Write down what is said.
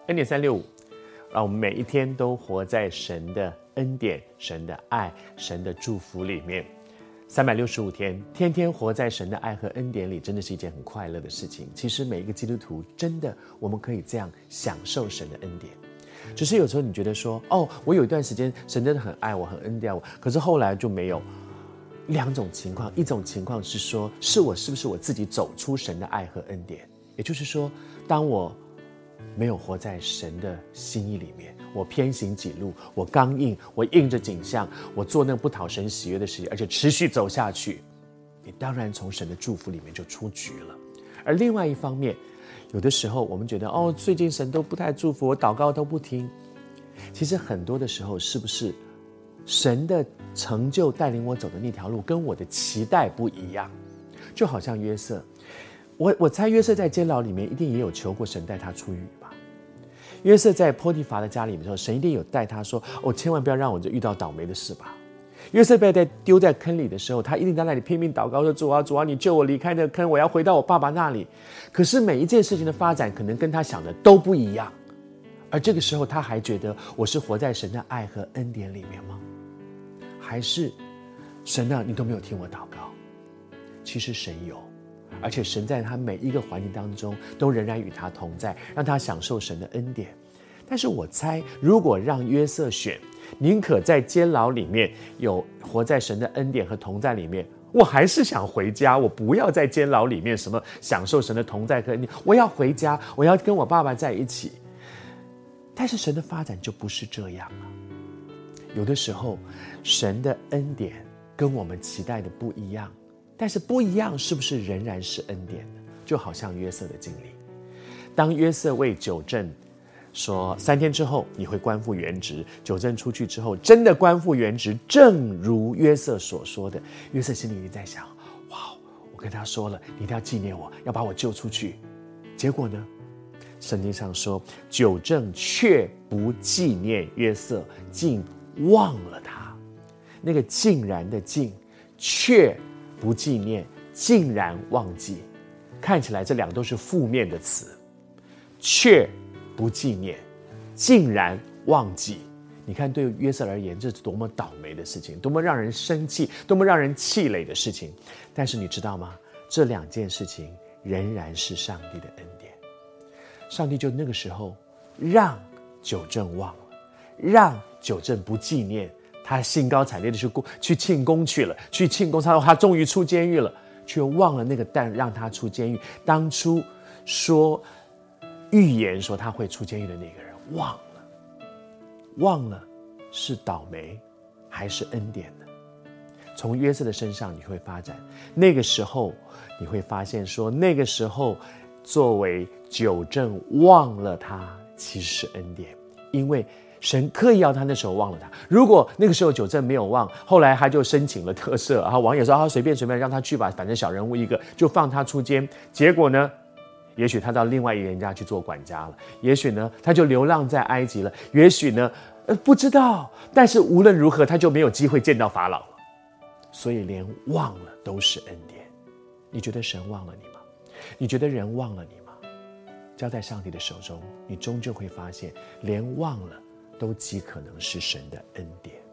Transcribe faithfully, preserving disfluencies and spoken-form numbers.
恩典三六五，让我们每一天都活在神的恩典、神的爱、神的祝福里面。三百六十五天，天天活在神的爱和恩典里，真的是一件很快乐的事情。其实每一个基督徒，真的我们可以这样享受神的恩典。只是有时候你觉得说，哦，我有一段时间神真的很爱我，很恩待我，可是后来就没有。两种情况，一种情况是说，是我是不是我自己走出神的爱和恩典？也就是说，当我没有活在神的心意里面，我偏行己路，我刚硬，我硬着颈项，我做那个不讨神喜悦的事情，而且持续走下去，你当然从神的祝福里面就出局了。而另外一方面，有的时候我们觉得，哦，最近神都不太祝福我，祷告都不听。其实很多的时候，是不是神的成就带领我走的那条路跟我的期待不一样？就好像约瑟，我我猜约瑟在监牢里面一定也有求过神带他出狱吧。约瑟在波提乏的家里面的时候，神一定有带他说，哦，千万不要让我就遇到倒霉的事吧。约瑟被在丢在坑里的时候，他一定在那里拼命祷告说，主啊主啊，你救我离开那个坑，我要回到我爸爸那里。可是每一件事情的发展可能跟他想的都不一样，而这个时候他还觉得我是活在神的爱和恩典里面吗？还是神啊，你都没有听我祷告？其实神有，而且神在他每一个环境当中都仍然与他同在，让他享受神的恩典。但是我猜，如果让约瑟选，宁可在监牢里面有活在神的恩典和同在里面，我还是想回家，我不要在监牢里面什么享受神的同在和恩典，我要回家，我要跟我爸爸在一起。但是神的发展就不是这样了。有的时候神的恩典跟我们期待的不一样，但是不一样是不是仍然是恩典呢？就好像约瑟的经历，当约瑟为九正说三天之后你会官复原职，九正出去之后真的官复原职，正如约瑟所说的，约瑟心里一直在想，哇，我跟他说了你一定要纪念我，要把我救出去。结果呢，圣经上说九正却不纪念约瑟，竟忘了他。那个竟然的竟，却不纪念，竟然忘记，看起来这两个都是负面的词。却不纪念，竟然忘记，你看对约瑟而言这是多么倒霉的事情，多么让人生气，多么让人气馁的事情。但是你知道吗？这两件事情仍然是上帝的恩典。上帝就那个时候让九正忘了，让九正不纪念，他兴高采烈的去去庆功去了，去庆功，他说他终于出监狱了，却忘了那个但让他出监狱，当初说预言说他会出监狱的那个人忘了，忘了是倒霉还是恩典呢？从约瑟的身上你会发展，那个时候你会发现说，那个时候作为九正忘了他其实是恩典，因为神刻意要他那时候忘了他。如果那个时候九正没有忘，后来他就申请了特赦，然后王爷说啊，随便随便让他去吧，反正小人物一个，就放他出监。结果呢，也许他到另外一个人家去做管家了，也许呢他就流浪在埃及了，也许呢呃不知道，但是无论如何他就没有机会见到法老了。所以连忘了都是恩典。你觉得神忘了你吗？你觉得人忘了你吗？交在上帝的手中，你终究会发现连忘了都极可能是神的恩典。